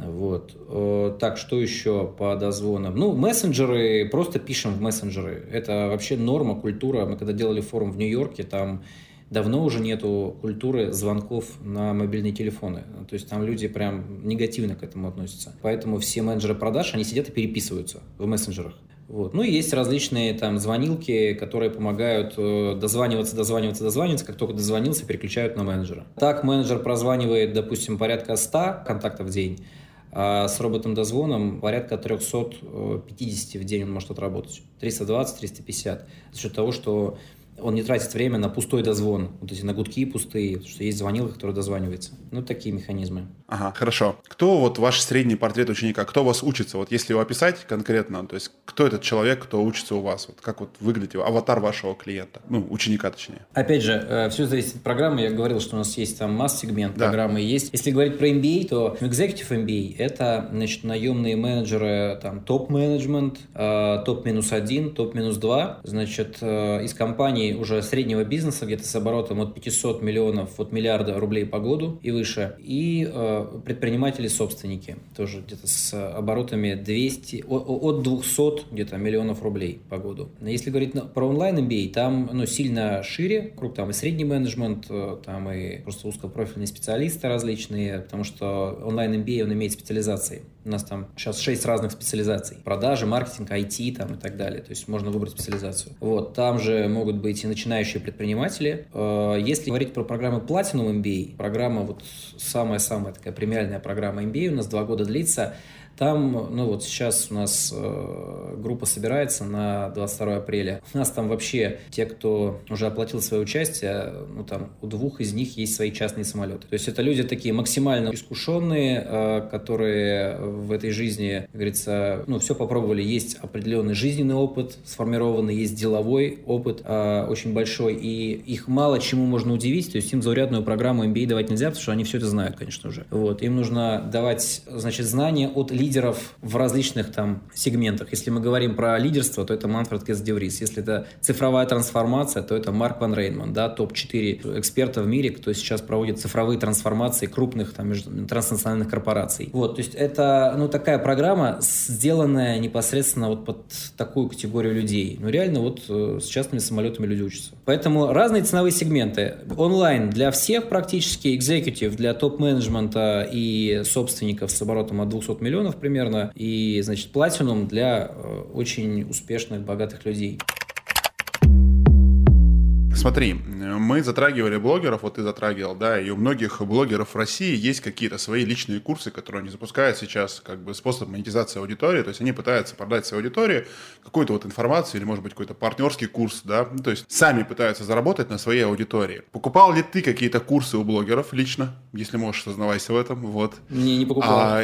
[SPEAKER 1] Вот. Так, что еще по дозвонам? Ну, мессенджеры, просто пишем в мессенджеры. Это вообще норма, культура. Мы когда делали форум в Нью-Йорке, там давно уже нету культуры звонков на мобильные телефоны. То есть там люди прям негативно к этому относятся. Поэтому все менеджеры продаж, они сидят и переписываются в мессенджерах. Вот. Ну и есть различные там звонилки, которые помогают дозваниваться. Как только дозвонился, переключают на менеджера. Так менеджер прозванивает, допустим, порядка 100 контактов в день, а с роботом-дозвоном порядка 350 в день он может отработать. 320-350. За счет того, что он не тратит время на пустой дозвон, вот эти на гудки пустые, потому что есть звонилка, которая дозванивается. Ну, такие механизмы.
[SPEAKER 2] Ага, хорошо. Кто вот ваш средний портрет ученика? Кто у вас учится? Вот если его описать конкретно, то есть кто этот человек, кто учится у вас? Вот как вот выглядит его аватар вашего клиента? Ну, ученика точнее.
[SPEAKER 1] Опять же, все зависит от программы. Я говорил, что у нас есть там масс-сегмент программы. Есть. Если говорить про MBA, то Executive MBA – это, значит, наемные менеджеры, там, топ-менеджмент, топ-1, топ-2, значит, из компаний уже среднего бизнеса, где-то с оборотом от 500 миллионов, от миллиарда рублей по году и выше, и предприниматели-собственники, тоже где-то с оборотами 200, от 200 где-то миллионов рублей по году. Если говорить про онлайн-MBA, там сильно шире, круг там и средний менеджмент, там и просто узкопрофильные специалисты различные, потому что онлайн-MBA, он имеет специализации. У нас там сейчас 6 разных специализаций. Продажи, маркетинг, IT там и так далее. То есть можно выбрать специализацию. Вот. Там же могут быть и начинающие предприниматели. Если говорить про программы Platinum MBA, программа вот самая-самая такая премиальная программа MBA у нас 2 года длится. Там, вот сейчас у нас группа собирается на 22 апреля. У нас там вообще те, кто уже оплатил свое участие, там у 2 из них есть свои частные самолеты. То есть это люди такие максимально искушенные, которые в этой жизни, как говорится, все попробовали. Есть определенный жизненный опыт сформированный, есть деловой опыт очень большой, и их мало чему можно удивить. То есть им заурядную программу MBA давать нельзя, потому что они все это знают, конечно же. Вот. Им нужно давать, значит, знания от лидеров в различных там сегментах. Если мы говорим про лидерство, то это Манфред Кес-де-Врис. Если это цифровая трансформация, то это Марк Ван Рейнман, да, топ-4 эксперта в мире, кто сейчас проводит цифровые трансформации крупных там транснациональных корпораций. Вот, то есть это, такая программа, сделанная непосредственно вот под такую категорию людей. Реально вот с частными самолетами люди учатся. Поэтому разные ценовые сегменты. Онлайн для всех практически, экзекутив для топ-менеджмента и собственников с оборотом от 200 миллионов примерно, и, значит, платинум для очень успешных, богатых людей.
[SPEAKER 2] Смотри, мы затрагивали блогеров, вот ты затрагивал, да, и у многих блогеров в России есть какие-то свои личные курсы, которые они запускают сейчас, как бы способ монетизации аудитории, то есть они пытаются продать своей аудитории какую-то вот информацию или, может быть, какой-то партнерский курс, да, то есть сами пытаются заработать на своей аудитории. Покупал ли ты какие-то курсы у блогеров лично, если можешь, сознавайся в этом, вот.
[SPEAKER 1] Не покупал.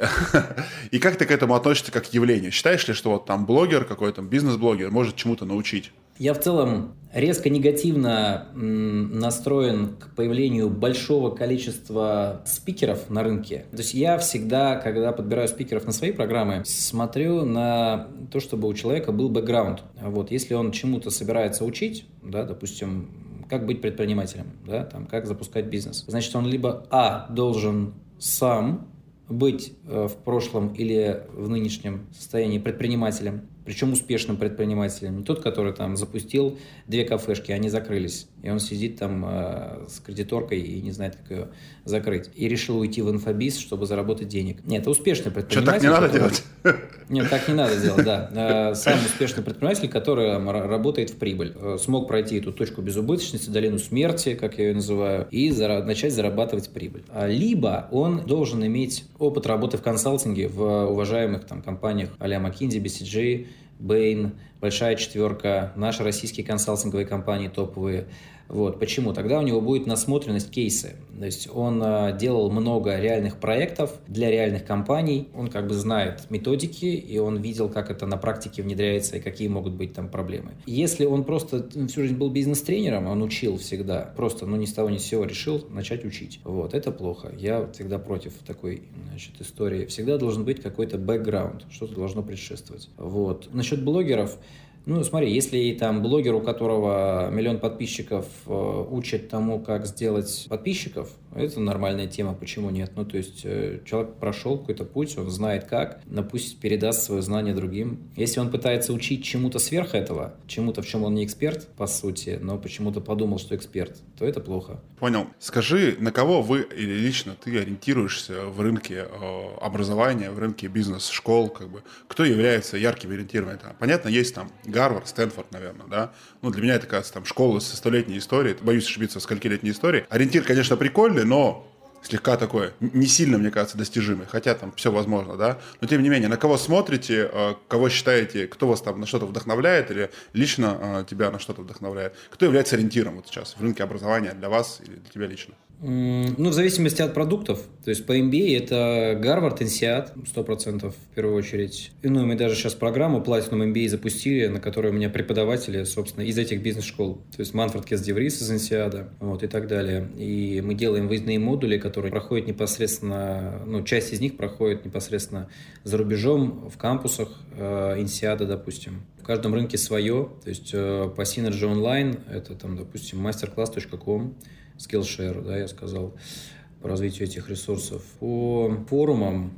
[SPEAKER 2] И как ты к этому относишься как к явлению? Считаешь ли, что вот там блогер какой-то, бизнес-блогер может чему-то научить?
[SPEAKER 1] Я в целом резко негативно настроен к появлению большого количества спикеров на рынке. То есть я всегда, когда подбираю спикеров на свои программы, смотрю на то, чтобы у человека был бэкграунд. Вот, если он чему-то собирается учить, да, допустим, как быть предпринимателем, да, там, как запускать бизнес, значит, он либо должен сам быть в прошлом или в нынешнем состоянии предпринимателем, причем успешным предпринимателем. Не тот, который там запустил 2 кафешки, они закрылись, и он сидит там с кредиторкой и не знает, как ее закрыть. И решил уйти в инфобиз, чтобы заработать денег. Нет, это успешный предприниматель.
[SPEAKER 2] Что, так не надо делать?
[SPEAKER 1] Нет, так не надо делать, да. Сам успешный предприниматель, который работает в прибыль. Смог пройти эту точку безубыточности, долину смерти, как я ее называю, и начать зарабатывать прибыль. Либо он должен иметь опыт работы в консалтинге в уважаемых там компаниях а-ля McKinsey, BCG, Bain, Большая четверка, наши российские консалтинговые компании топовые. Вот. Почему? Тогда у него будет насмотренность, кейсы. То есть он делал много реальных проектов для реальных компаний, он как бы знает методики, и он видел, как это на практике внедряется и какие могут быть там проблемы. Если он просто всю жизнь был бизнес-тренером, он учил всегда, просто ни с того ни с сего решил начать учить. Вот. Это плохо. Я всегда против такой, значит, истории. Всегда должен быть какой-то бэкграунд, что-то должно предшествовать. Вот. Насчет блогеров. Ну, смотри, если там блогер, у которого 1 миллион подписчиков, учит тому, как сделать подписчиков, это нормальная тема, почему нет? Ну, то есть человек прошел какой-то путь, он знает как, но пусть передаст свое знание другим. Если он пытается учить чему-то сверх этого, чему-то, в чем он не эксперт, по сути, но почему-то подумал, что эксперт, то это плохо.
[SPEAKER 2] Понял. Скажи, на кого вы или лично ты ориентируешься в рынке образования, в рынке бизнес-школ, как бы, кто является ярким ориентиром? Понятно, есть там Гарвард, Стэнфорд, наверное, да. Ну, для меня это, кажется, там школа со 100-летней историей. Боюсь ошибиться, скольки-летней историей. Ориентир, конечно, прикольный, но слегка такой, не сильно, мне кажется, достижимый. Хотя там все возможно, да. Но, тем не менее, на кого смотрите, кого считаете, кто вас там на что-то вдохновляет или лично тебя на что-то вдохновляет? Кто является ориентиром вот сейчас в рынке образования для вас или для тебя лично?
[SPEAKER 1] Ну, в зависимости от продуктов. То есть по MBA это Гарвард, INSEAD, 100% в первую очередь. И, ну, мы даже сейчас программу Platinum MBA запустили, на которой у меня преподаватели, собственно, из этих бизнес-школ. То есть Манфред Кес-Деврис из INSEAD, вот, и так далее. И мы делаем выездные модули, которые проходят непосредственно, ну, часть из них проходит непосредственно за рубежом, в кампусах INSEAD, допустим. В каждом рынке свое. То есть по Synergy Online это там, допустим, masterclass.com, Skillshare, да, я сказал, по развитию этих ресурсов. По форумам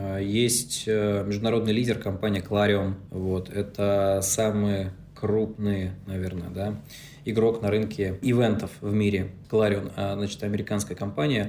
[SPEAKER 1] есть международный лидер, компания Clarion. Вот, это самый крупный, наверное, да, игрок на рынке ивентов в мире. Clarion, значит, американская компания.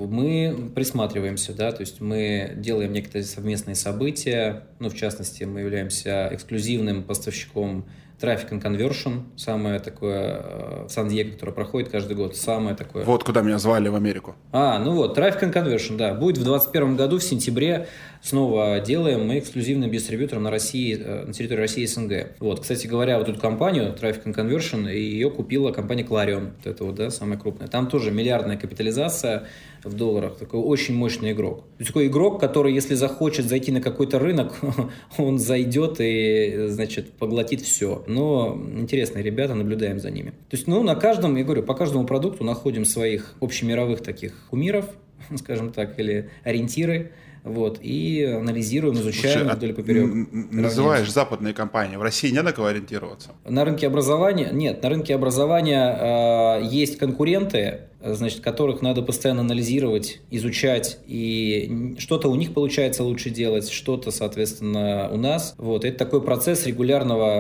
[SPEAKER 1] Мы присматриваемся, да, то есть мы делаем некоторые совместные события. Ну, в частности, мы являемся эксклюзивным поставщиком Traffic and Conversion, самое такое в Сан-Диего, которое проходит каждый год, самое такое.
[SPEAKER 2] Вот куда меня звали в Америку.
[SPEAKER 1] Ну вот, Traffic and Conversion, да, будет в 2021 году, в сентябре, снова делаем мы эксклюзивным дистрибьютором на территории России и СНГ. Вот, кстати говоря, вот эту компанию Traffic and Conversion, ее купила компания Clarion, вот это вот, да, самая крупная. Там тоже миллиардная капитализация в долларах, такой очень мощный игрок. То есть такой игрок, который, если захочет зайти на какой-то рынок, он зайдет и, значит, поглотит все. Но интересные ребята, наблюдаем за ними. То есть, ну, на каждом, я говорю, по каждому продукту находим своих общемировых таких кумиров, скажем так, или ориентиры, вот, и анализируем, изучаем вдоль и поперек.
[SPEAKER 2] Называешь западные компании. В России не на кого ориентироваться?
[SPEAKER 1] На рынке образования? Нет, на рынке образования есть конкуренты, значит, которых надо постоянно анализировать, изучать, и что-то у них получается лучше делать, что-то, соответственно, у нас. Вот, это такой процесс регулярного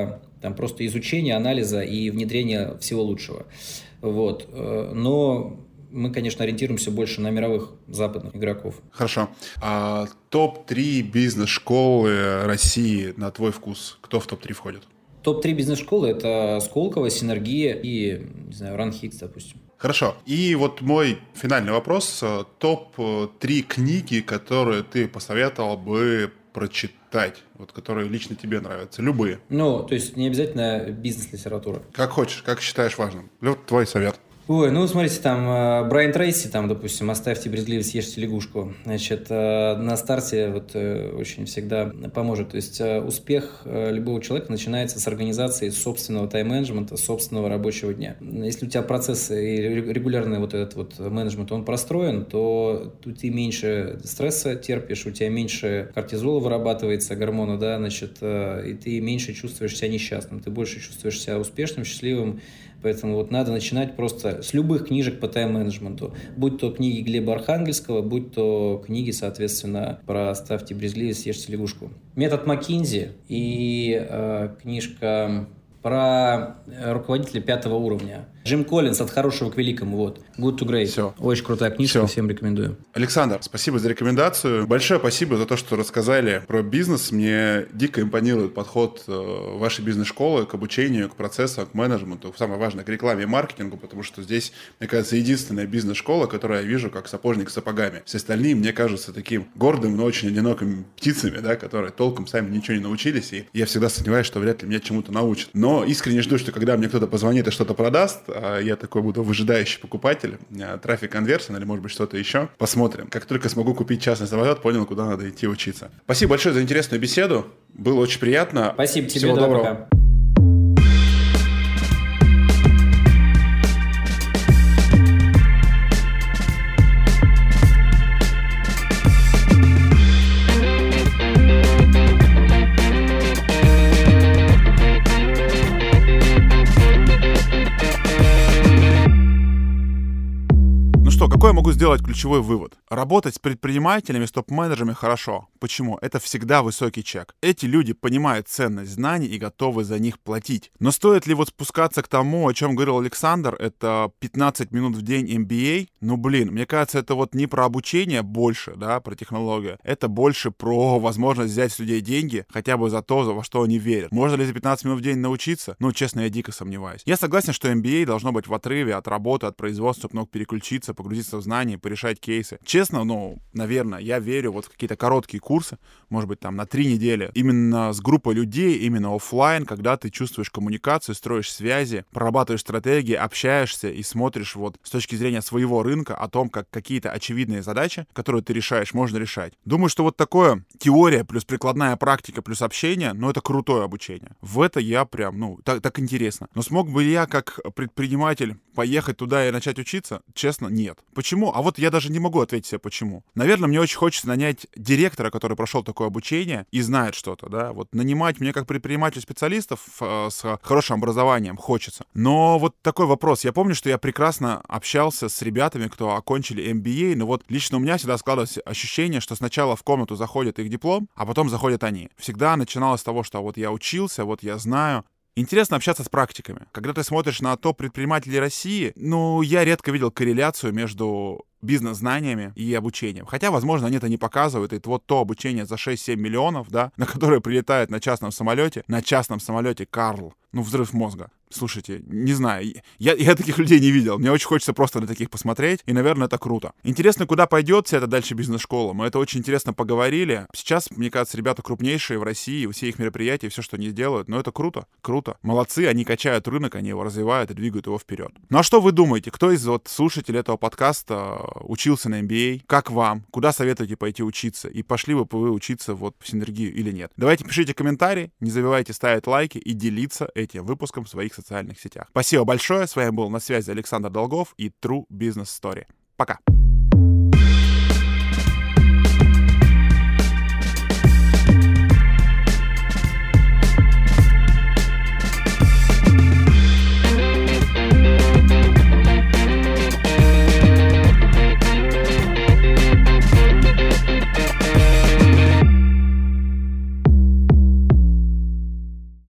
[SPEAKER 1] там просто изучения, анализа и внедрения всего лучшего. Вот. Но мы, конечно, ориентируемся больше на мировых западных игроков.
[SPEAKER 2] Хорошо. А топ-3 бизнес-школы России, на твой вкус, кто в топ-3 входит?
[SPEAKER 1] Топ-3 бизнес-школы – это Сколково, Синергия и, не знаю, RunHix, допустим.
[SPEAKER 2] Хорошо. И вот мой финальный вопрос. Топ-3 книги, которые ты посоветовал бы прочитать, вот которые лично тебе нравятся, любые.
[SPEAKER 1] Ну, то есть не обязательно бизнес-литература.
[SPEAKER 2] Как хочешь, как считаешь важным. Вот твой совет.
[SPEAKER 1] Ой, ну смотрите, там Брайан Трейси, там, допустим, «Оставьте брезгливость, съешьте лягушку». Значит, на старте вот очень всегда поможет. То есть успех любого человека начинается с организации собственного тайм-менеджмента, собственного рабочего дня. Если у тебя процесс и регулярный вот этот вот менеджмент, он простроен, то ты меньше стресса терпишь, у тебя меньше кортизола вырабатывается, гормона, да, значит, и ты меньше чувствуешь себя несчастным, ты больше чувствуешь себя успешным, счастливым. Поэтому вот надо начинать просто с любых книжек по тайм-менеджменту. Будь то книги Глеба Архангельского, будь то книги, соответственно, про «Оставьте брезгливость, съешьте лягушку». «Метод Маккинзи» и книжка про руководителя 5-го уровня. Джим Коллинз «От хорошего к великому». Вот. Good to Great.
[SPEAKER 2] Все.
[SPEAKER 1] Очень крутая книжка,
[SPEAKER 2] Все.
[SPEAKER 1] всем рекомендую.
[SPEAKER 2] Александр, спасибо за рекомендацию. Большое спасибо за то, что рассказали про бизнес. Мне дико импонирует подход вашей бизнес-школы к обучению, к процессу, к менеджменту. Самое важное, к рекламе и маркетингу, потому что здесь, мне кажется, единственная бизнес-школа, которую я вижу как сапожник с сапогами. Все остальные, мне кажутся таким гордым, но очень одинокими птицами, да, которые толком сами ничего не научились. И я всегда сомневаюсь, что вряд ли меня чему-то научат. Но искренне жду, что когда мне кто-то позвонит и что-то продаст, я такой буду выжидающий покупатель, трафик конверсия или, может быть, что-то еще. Посмотрим. Как только смогу купить частный самолет, понял, куда надо идти учиться. Спасибо большое за интересную беседу. Было очень приятно.
[SPEAKER 1] Спасибо тебе.
[SPEAKER 2] Всего доброго.
[SPEAKER 1] Пока.
[SPEAKER 2] Какой я могу сделать ключевой вывод? Работать с предпринимателями, с топ-менеджерами хорошо. Почему? Это всегда высокий чек. Эти люди понимают ценность знаний и готовы за них платить. Но стоит ли вот спускаться к тому, о чем говорил Александр, это 15 минут в день MBA? Ну, блин, мне кажется, это вот не про обучение больше, да, про технологию. Это больше про возможность взять с людей деньги, хотя бы за то, во что они верят. Можно ли за 15 минут в день научиться? Ну, честно, я дико сомневаюсь. Я согласен, что MBA должно быть в отрыве от работы, от производства, чтобы мог переключиться, погрузиться в знания, порешать кейсы. Честно, ну, наверное, я верю вот в какие-то короткие курсы, может быть, там на 3 недели, именно с группой людей, именно офлайн, когда ты чувствуешь коммуникацию, строишь связи, прорабатываешь стратегии, общаешься и смотришь вот с точки зрения своего рынка о том, как какие-то очевидные задачи, которые ты решаешь, можно решать. Думаю, что вот такое теория плюс прикладная практика плюс общение, ну, это крутое обучение. В это я прям, ну, так интересно. Но смог бы я как предприниматель поехать туда и начать учиться? Честно, нет. Почему? А вот я даже не могу ответить себе, почему. Наверное, мне очень хочется нанять директора, который прошел такое обучение и знает что-то, да. Вот нанимать мне как предприниматель специалистов с хорошим образованием хочется. Но вот такой вопрос. Я помню, что я прекрасно общался с ребятами, кто окончили MBA, но вот лично у меня всегда складывалось ощущение, что сначала в комнату заходит их диплом, а потом заходят они. Всегда начиналось с того, что вот я учился, вот я знаю. Интересно общаться с практиками. Когда ты смотришь на топ-предпринимателей России, ну, я редко видел корреляцию между бизнес-знаниями и обучением. Хотя, возможно, они это не показывают. И вот то обучение за 6-7 миллионов, да, на которое прилетает на частном самолете Карл. Ну, взрыв мозга. Слушайте, не знаю, я таких людей не видел. Мне очень хочется просто на таких посмотреть, и, наверное, это круто. Интересно, куда пойдет вся эта дальше бизнес-школа. Мы это очень интересно поговорили. Сейчас, мне кажется, ребята крупнейшие в России, все их мероприятия, все, что они делают, но это круто, круто. Молодцы, они качают рынок, они его развивают и двигают его вперед. Ну а что вы думаете? Кто из вот слушателей этого подкаста учился на MBA? Как вам? Куда советуете пойти учиться? И пошли бы вы учиться вот в Синергию или нет? Давайте пишите комментарии, не забывайте ставить лайки и делиться этим выпуском в своих социальных сетях. Спасибо большое. С вами был на связи Александр Долгов и True Business Story. Пока.